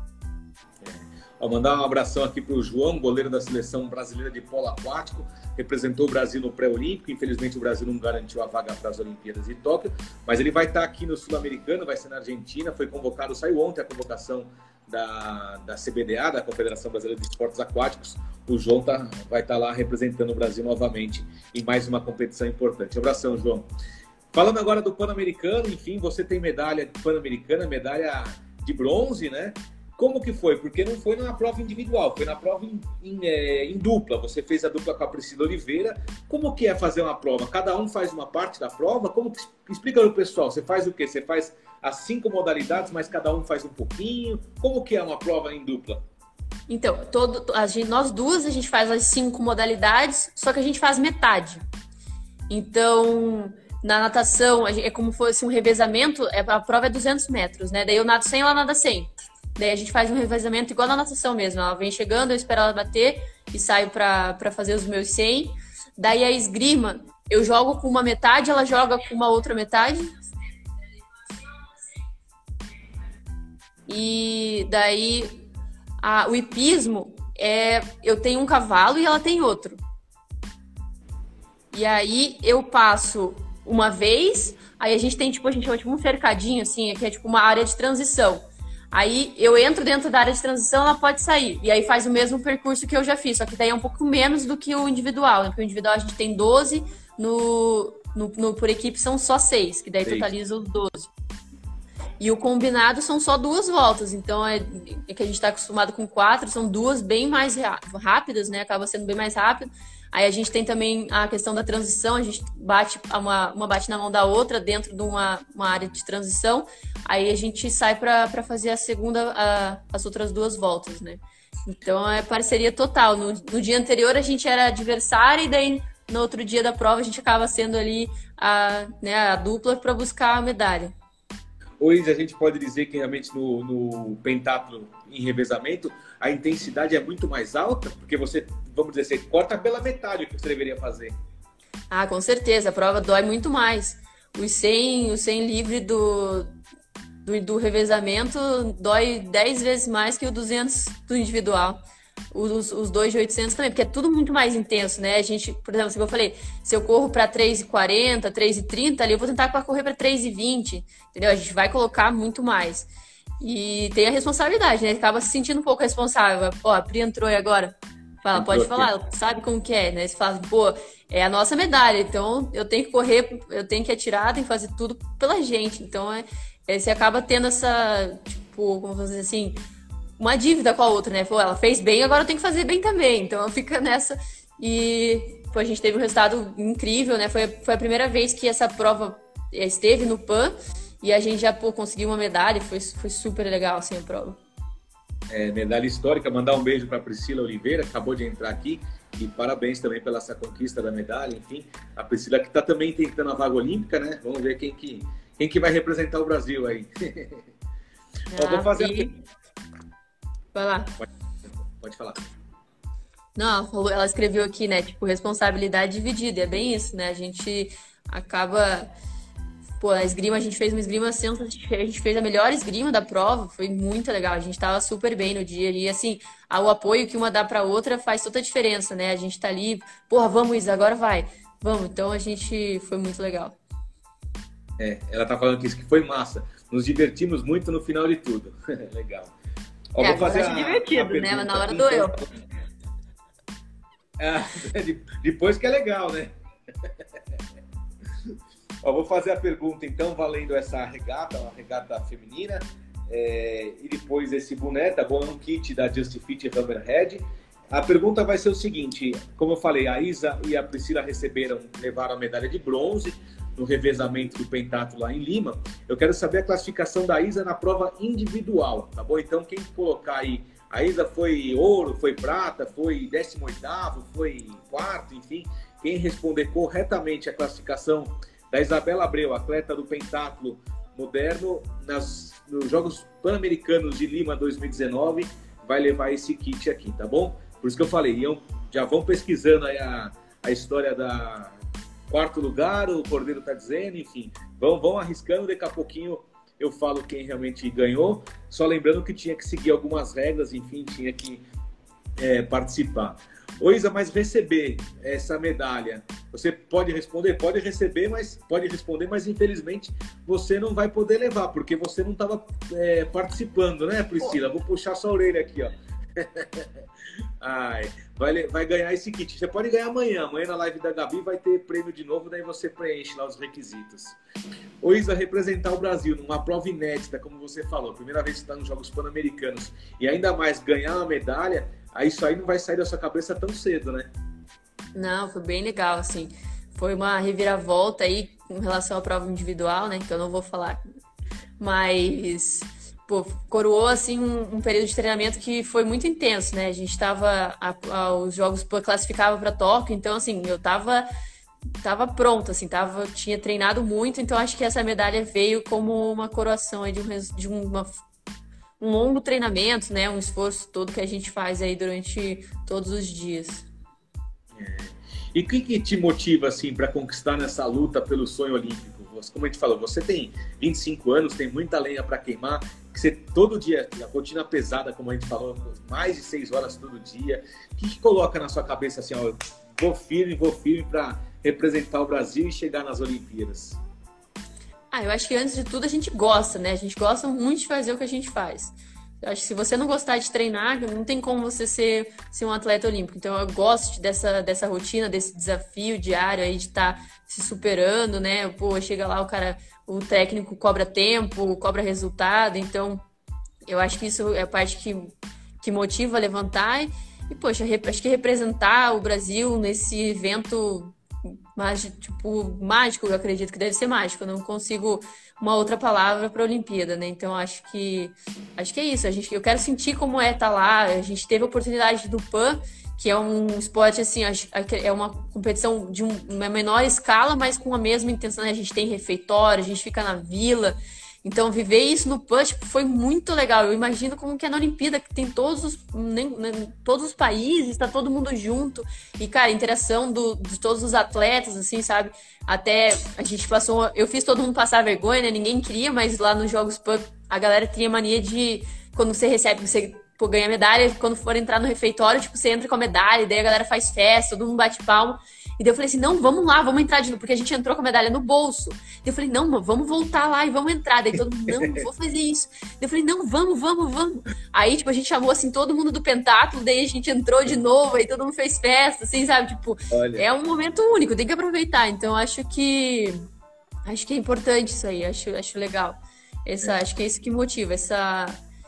Vou mandar um abração aqui para o João, goleiro da seleção brasileira de polo aquático, representou o Brasil no pré-olímpico. Infelizmente o Brasil não garantiu a vaga para as Olimpíadas de Tóquio, mas ele vai estar aqui no Sul-Americano, vai ser na Argentina, foi convocado, saiu ontem a convocação da, da C B D A, da Confederação Brasileira de Esportes Aquáticos. O João tá, vai estar lá representando o Brasil novamente em mais uma competição importante. Um abração, João. Falando agora do Pan-Americano, enfim, você tem medalha Pan-Americana, medalha de bronze, né? Como que foi? Porque não foi na prova individual, foi na prova em, em, é, em dupla. Você fez a dupla com a Priscila Oliveira. Como que é fazer uma prova? Cada um faz uma parte da prova? Como que, explica para o pessoal, você faz o quê? Você faz as cinco modalidades, mas cada um faz um pouquinho? Como que é uma prova em dupla? Então, todo, a gente, nós duas, a gente faz as cinco modalidades, só que a gente faz metade. Então... Na natação, é como se fosse um revezamento, a prova é duzentos metros, né? Daí eu nado cem, ela nada cem. Daí a gente faz um revezamento igual na natação mesmo. Ela vem chegando, eu espero ela bater e saio pra, pra fazer os meus cem. Daí a esgrima, eu jogo com uma metade, ela joga com uma outra metade. E daí a, o hipismo, é, eu tenho um cavalo e ela tem outro. E aí eu passo... uma vez, aí a gente tem, tipo, a gente chama tipo um cercadinho, assim, que é tipo uma área de transição. Aí eu entro dentro da área de transição, ela pode sair. E aí faz o mesmo percurso que eu já fiz, só que daí é um pouco menos do que o individual, né? Porque o individual a gente tem doze, no, no, no por equipe são só seis, que daí seis. Totaliza os doze. E o combinado são só duas voltas, então é, é que a gente está acostumado com quatro, são duas bem mais rápidas, né? Acaba sendo bem mais rápido. Aí a gente tem também a questão da transição, a gente bate uma, uma bate na mão da outra dentro de uma, uma área de transição, aí a gente sai para fazer a segunda, a, as outras duas voltas, né? Então é parceria total. No, no dia anterior a gente era adversária e daí no outro dia da prova a gente acaba sendo ali a, né, a dupla para buscar a medalha. Hoje a gente pode dizer que realmente no, no pentatlo em revezamento a intensidade é muito mais alta, porque você, vamos dizer, você corta pela metade o que você deveria fazer. Ah, com certeza, a prova dói muito mais. Os cem, os cem livre do, do, do revezamento dói dez vezes mais que o duzentos do individual. Os, os dois de oitocentos também, porque é tudo muito mais intenso, né? A gente, por exemplo, como eu falei, se eu corro para três e quarenta, três e trinta, ali eu vou tentar correr para três e vinte, entendeu? A gente vai colocar muito mais. E tem a responsabilidade, né? Acaba se sentindo um pouco responsável. Ó, a Pri entrou aí agora. Fala, pode falar, ela sabe como que é, né? Você fala, pô, é a nossa medalha, então eu tenho que correr, eu tenho que atirar, tenho que fazer tudo pela gente. Então, é, é, você acaba tendo essa, tipo, como dizer assim, uma dívida com a outra, né? Pô, ela fez bem, agora eu tenho que fazer bem também. Então, fica nessa. E pô, a gente teve um resultado incrível, né? Foi, foi a primeira vez que essa prova esteve no Pan e a gente já pô, conseguiu uma medalha. Foi, foi super legal, assim, a prova. É, medalha histórica. Mandar um beijo para Priscila Oliveira, acabou de entrar aqui. E parabéns também pela essa conquista da medalha. Enfim, a Priscila que está também tentando a vaga olímpica, né? Vamos ver quem que, quem que vai representar o Brasil aí. Ah, Ó, vou fazer... e... Vai lá. Pode, pode falar. Não, ela escreveu aqui, né? Tipo, responsabilidade dividida. É bem isso, né? A gente acaba... Pô, a esgrima, a gente fez uma esgrima assim, a gente fez a melhor esgrima da prova, foi muito legal. A gente tava super bem no dia e assim, o apoio que uma dá pra outra faz toda a diferença, né? A gente tá ali, porra, vamos, Isa, agora vai. Vamos, então a gente foi muito legal. É, ela tá falando que isso que foi massa. Nos divertimos muito no final de tudo. Legal. Ó, é, vou fazer a, divertido, a né? Mas na hora aqui, doeu. Ah, depois que é legal, né? Ó, vou fazer a pergunta, então, valendo essa regata, uma regata feminina, é, e depois esse boné, tá bom? É um kit da Just Fit Hammerhead. A pergunta vai ser o seguinte, como eu falei, a Isa e a Priscila receberam, levaram a medalha de bronze no revezamento do pentatlo lá em Lima. Eu quero saber a classificação da Isa na prova individual, tá bom? Então, quem colocar aí, a Isa foi ouro, foi prata, foi décimo oitavo, foi quarto, enfim, quem responder corretamente a classificação da Isabela Abreu, atleta do pentatlo moderno, nas, nos Jogos Pan-Americanos de Lima dois mil e dezenove, vai levar esse kit aqui, tá bom? Por isso que eu falei, iam, já vão pesquisando aí a, a história da quarto lugar, o Cordeiro tá dizendo, enfim, vão, vão arriscando, daqui a pouquinho eu falo quem realmente ganhou, só lembrando que tinha que seguir algumas regras, enfim, tinha que é, participar. Ô Isa, mas receber essa medalha, você pode responder? Pode receber, mas pode responder, mas infelizmente você não vai poder levar, porque você não estava é, participando, né, Priscila? Vou puxar sua orelha aqui, ó. Ai, vai, vai ganhar esse kit. Você pode ganhar amanhã. Amanhã na live da Gabi vai ter prêmio de novo, daí você preenche lá os requisitos. Ô Isa, representar o Brasil numa prova inédita, como você falou, primeira vez que está nos Jogos Pan-Americanos, e ainda mais ganhar uma medalha, aí isso aí não vai sair da sua cabeça tão cedo, né? Não, foi bem legal, assim. Foi uma reviravolta aí com relação à prova individual, né? Que eu não vou falar. Mas, pô, coroou, assim, um, um período de treinamento que foi muito intenso, né? A gente tava... A, a, os Jogos classificavam para Tóquio, então, assim, eu tava... Tava pronta, assim, tava, tinha treinado muito, então acho que essa medalha veio como uma coroação aí de, um, de uma, um longo treinamento, né? Um esforço todo que a gente faz aí durante todos os dias. É. E o que, que te motiva, assim, para conquistar nessa luta pelo sonho olímpico? Como a gente falou, você tem vinte e cinco anos, tem muita lenha para queimar, que você todo dia, a rotina pesada, como a gente falou, mais de seis horas todo dia. O que, que coloca na sua cabeça assim, ó, vou firme, vou firme para representar o Brasil e chegar nas Olimpíadas? Ah, eu acho que antes de tudo a gente gosta, né? A gente gosta muito de fazer o que a gente faz. Eu acho que se você não gostar de treinar, não tem como você ser, ser um atleta olímpico. Então eu gosto dessa, dessa rotina, desse desafio diário aí de estar tá se superando, né? Pô, chega lá o cara, o técnico cobra tempo, cobra resultado. Então eu acho que isso é a parte que, que motiva a levantar. E, e poxa, acho que representar o Brasil nesse evento mágico, tipo, mágico, eu acredito que deve ser mágico. Eu não consigo uma outra palavra para a Olimpíada, né? Então acho que acho que é isso. A gente, eu quero sentir como é estar lá. A gente teve a oportunidade do Pan, que é um esporte assim, é uma competição de uma menor escala, mas com a mesma intenção, né? A gente tem refeitório, a gente fica na vila. Então, viver isso no Pan, tipo, foi muito legal. Eu imagino como que é na Olimpíada, que tem todos os, nem, nem, todos os países, tá todo mundo junto. E, cara, a interação do, de todos os atletas, assim, sabe? Até a gente passou... Eu fiz todo mundo passar vergonha, né? Ninguém queria, mas lá nos Jogos Pan, a galera tinha mania de... Quando você recebe, você pô, ganha medalha, quando for entrar no refeitório, tipo, você entra com a medalha, e daí a galera faz festa, todo mundo bate palma. E daí eu falei assim, não, vamos lá, vamos entrar de novo, porque a gente entrou com a medalha no bolso. Daí eu falei, não, vamos voltar lá e vamos entrar. Daí todo mundo, não, não vou fazer isso. Daí eu falei, não, vamos, vamos, vamos. Aí, tipo, a gente chamou, assim, todo mundo do pentatlo, daí a gente entrou de novo, aí todo mundo fez festa, assim, sabe? Tipo, olha, é um momento único, tem que aproveitar. Então, acho que, acho que é importante isso aí, acho, acho legal. Essa, é. Acho que é isso que motiva, essa,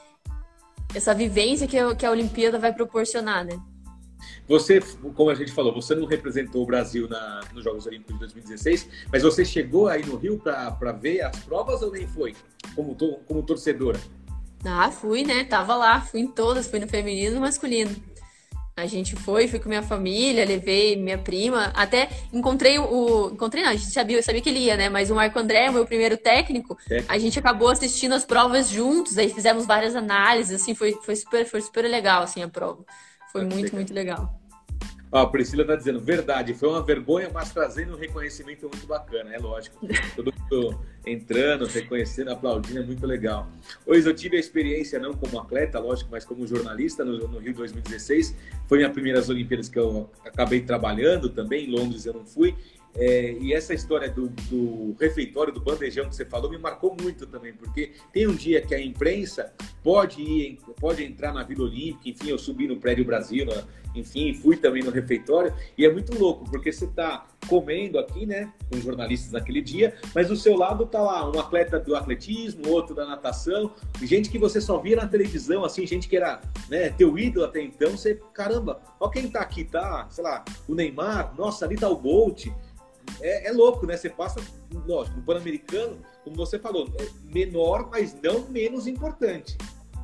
essa vivência que a, que a Olimpíada vai proporcionar, né? Você, como a gente falou, você não representou o Brasil na, nos Jogos Olímpicos de dois mil e dezesseis, mas você chegou aí no Rio para ver as provas ou nem foi? Como, to, como torcedora? Ah, fui, né? Tava lá, fui em todas, fui no feminino e no masculino. A gente foi, fui com minha família, levei minha prima, até encontrei o... Encontrei não, a gente sabia, eu sabia que ele ia, né? Mas o Marco André, o meu primeiro técnico, é. A gente acabou assistindo as provas juntos, aí fizemos várias análises, assim, foi, foi, super, foi super legal, assim, a prova. Foi muito, legal. muito legal. Ó, a Priscila tá dizendo, verdade, foi uma vergonha, mas trazendo um reconhecimento muito bacana, é lógico. Todo mundo entrando, reconhecendo, aplaudindo, é muito legal. Hoje eu tive a experiência, não como atleta, lógico, mas como jornalista no, no Rio dois mil e dezesseis. Foi minhas primeiras Olimpíadas que eu acabei trabalhando também, em Londres eu não fui. É, e essa história do, do refeitório, do bandejão que você falou, me marcou muito também, porque tem um dia que a imprensa pode ir, pode entrar na Vila Olímpica, enfim, eu subi no Prédio Brasil, enfim, fui também no refeitório, e é muito louco, porque você tá comendo aqui, né, com os jornalistas naquele dia, mas do seu lado tá lá um atleta do atletismo, outro da natação, gente que você só via na televisão, assim, gente que era, né, teu ídolo até então, você, caramba, ó quem tá aqui, tá, sei lá, o Neymar, nossa, ali tá o Bolt, é, é louco, né, você passa, lógico, no Pan-Americano, como você falou, é menor, mas não menos importante.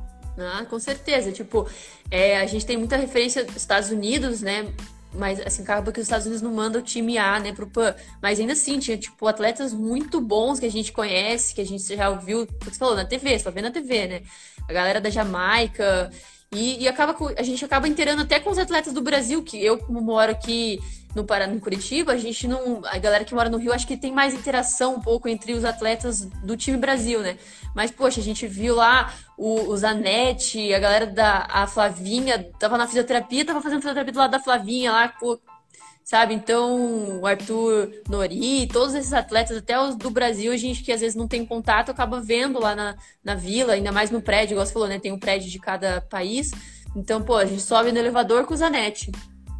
Ah, com certeza, tipo, é, a gente tem muita referência dos Estados Unidos, né, mas assim, acaba que os Estados Unidos não mandam o time A, né, pro Pan, mas ainda assim, tinha, tipo, atletas muito bons que a gente conhece, que a gente já ouviu, porque você falou, na T V, você tá vendo na T V, né, a galera da Jamaica, e, e acaba com, a gente acaba inteirando até com os atletas do Brasil, que eu, como moro aqui no Paraná, em Curitiba, a gente não, a galera que mora no Rio, acho que tem mais interação um pouco entre os atletas do time Brasil, né, mas, poxa, a gente viu lá o, o Zanetti, a galera da a Flavinha, tava na fisioterapia, tava fazendo fisioterapia do lado da Flavinha lá, pô, sabe? Então, o Arthur Nori, todos esses atletas, até os do Brasil, a gente que às vezes não tem contato, acaba vendo lá na, na vila, ainda mais no prédio, igual você falou, né? Tem um prédio de cada país. Então, pô, a gente sobe no elevador com o Zanetti.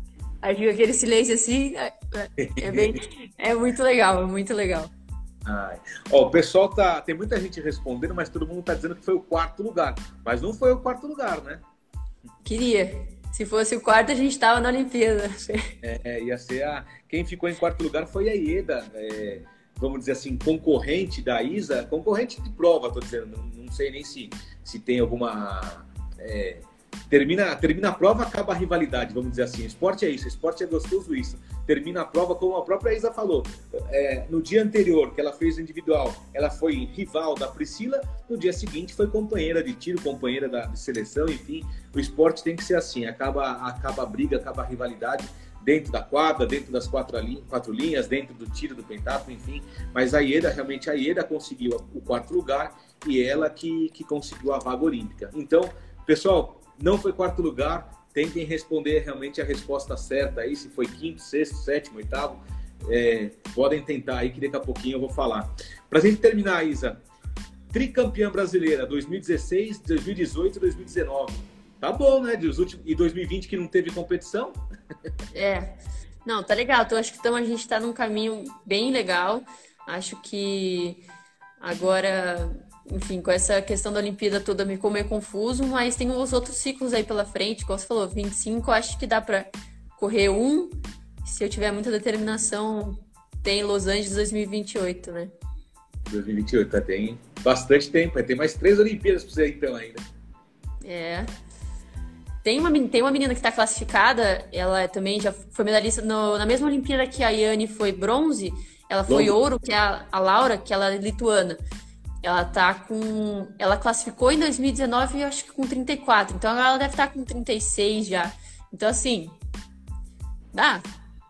Aí fica aquele silêncio assim, é, é, bem, é muito legal, é muito legal. Ai. Ó, o pessoal tá. Tem muita gente respondendo, mas todo mundo tá dizendo que foi o quarto lugar. Mas não foi o quarto lugar, né? Queria. Se fosse o quarto, a gente tava na Olimpíada. É, ia ser a. Quem ficou em quarto lugar foi a Ieda, é, vamos dizer assim, concorrente da Isa, concorrente de prova, tô dizendo. Não, não sei nem se, se tem alguma. É, termina, termina a prova, acaba a rivalidade, vamos dizer assim. Esporte é isso, esporte é gostoso isso. Termina a prova, como a própria Isa falou. É, no dia anterior, que ela fez individual, ela foi rival da Priscila, no dia seguinte foi companheira de tiro, companheira da de seleção, enfim. O esporte tem que ser assim, acaba, acaba a briga, acaba a rivalidade dentro da quadra, dentro das quatro, linhas, quatro linhas, dentro do tiro, do pentatlo, enfim. Mas a Ieda, realmente a Ieda conseguiu o quarto lugar e ela que, que conseguiu a vaga olímpica. Então, pessoal, não foi quarto lugar, tentem responder realmente a resposta certa aí, se foi quinto, sexto, sétimo, oitavo, é, podem tentar aí que daqui a pouquinho eu vou falar. Pra gente terminar, Isa, tricampeã brasileira, dois mil e dezesseis, dois mil e dezoito e dois mil e dezenove. Tá bom, né? Dos últimos... E dois mil e vinte que não teve competição? É, não, tá legal, então acho que então a gente tá num caminho bem legal, acho que agora... Enfim, com essa questão da Olimpíada toda me ficou meio confuso, mas tem os outros ciclos aí pela frente, como você falou, vinte e cinco, acho que dá pra correr um, se eu tiver muita determinação, tem Los Angeles dois mil e vinte e oito, né? dois mil e vinte e oito, tem bastante tempo, tem mais três Olimpíadas pra você então ainda. É. Tem uma, tem uma menina que tá classificada, ela também já foi medalhista no, na mesma Olimpíada que a Yane foi bronze, ela foi Bom. ouro, que é a, a Laura, que ela é lituana. Ela tá com... Ela classificou em dois mil e dezenove, acho que com trinta e quatro. Então, ela deve estar com trinta e seis já. Então, assim... Dá.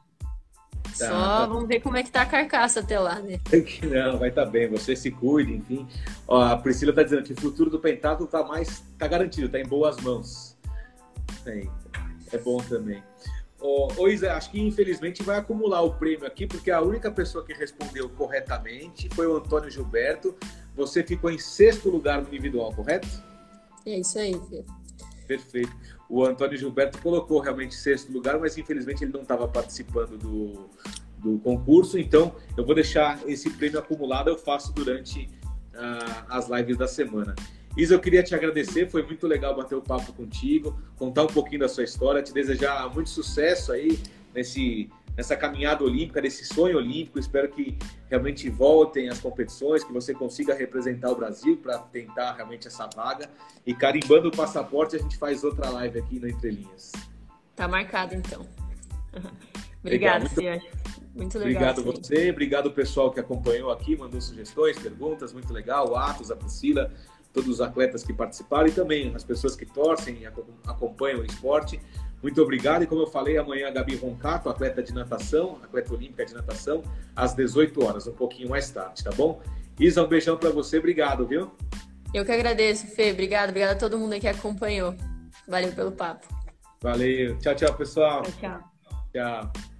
Tá, Só tá. Vamos ver como é que tá a carcaça até lá, né? Não, vai estar tá bem. Você se cuide, enfim. Ó, a Priscila tá dizendo que o futuro do pentatlo tá mais... Tá garantido, tá em boas mãos. Sim, é bom também. Ô, ô Isa, acho que infelizmente vai acumular o prêmio aqui, porque a única pessoa que respondeu corretamente foi o Antônio Gilberto. Você ficou em sexto lugar no individual, correto? É isso aí, Fê. Perfeito. O Antônio Gilberto colocou realmente sexto lugar, mas infelizmente ele não estava participando do, do concurso, então eu vou deixar esse prêmio acumulado, eu faço durante uh, as lives da semana. Isa, eu queria te agradecer, foi muito legal bater o papo contigo, contar um pouquinho da sua história, te desejar muito sucesso aí nesse, nessa caminhada olímpica, nesse sonho olímpico. Espero que realmente voltem as competições, que você consiga representar o Brasil para tentar realmente essa vaga. E carimbando o passaporte, a gente faz outra live aqui no Entre Linhas. Tá marcado, então. Obrigado, muito, Fia. Muito legal. Obrigado a você, obrigado o pessoal que acompanhou aqui, mandou sugestões, perguntas, muito legal. O Atos, a Priscila, todos os atletas que participaram e também as pessoas que torcem e acompanham o esporte. Muito obrigado. E como eu falei, amanhã a Gabi Roncato, atleta de natação, atleta olímpica de natação, às dezoito horas, um pouquinho mais tarde, tá bom? Isa, um beijão para você. Obrigado, viu? Eu que agradeço, Fê. Obrigado. Obrigado a todo mundo aí que acompanhou. Valeu pelo papo. Valeu. Tchau, tchau, pessoal. Tchau, tchau. Tchau.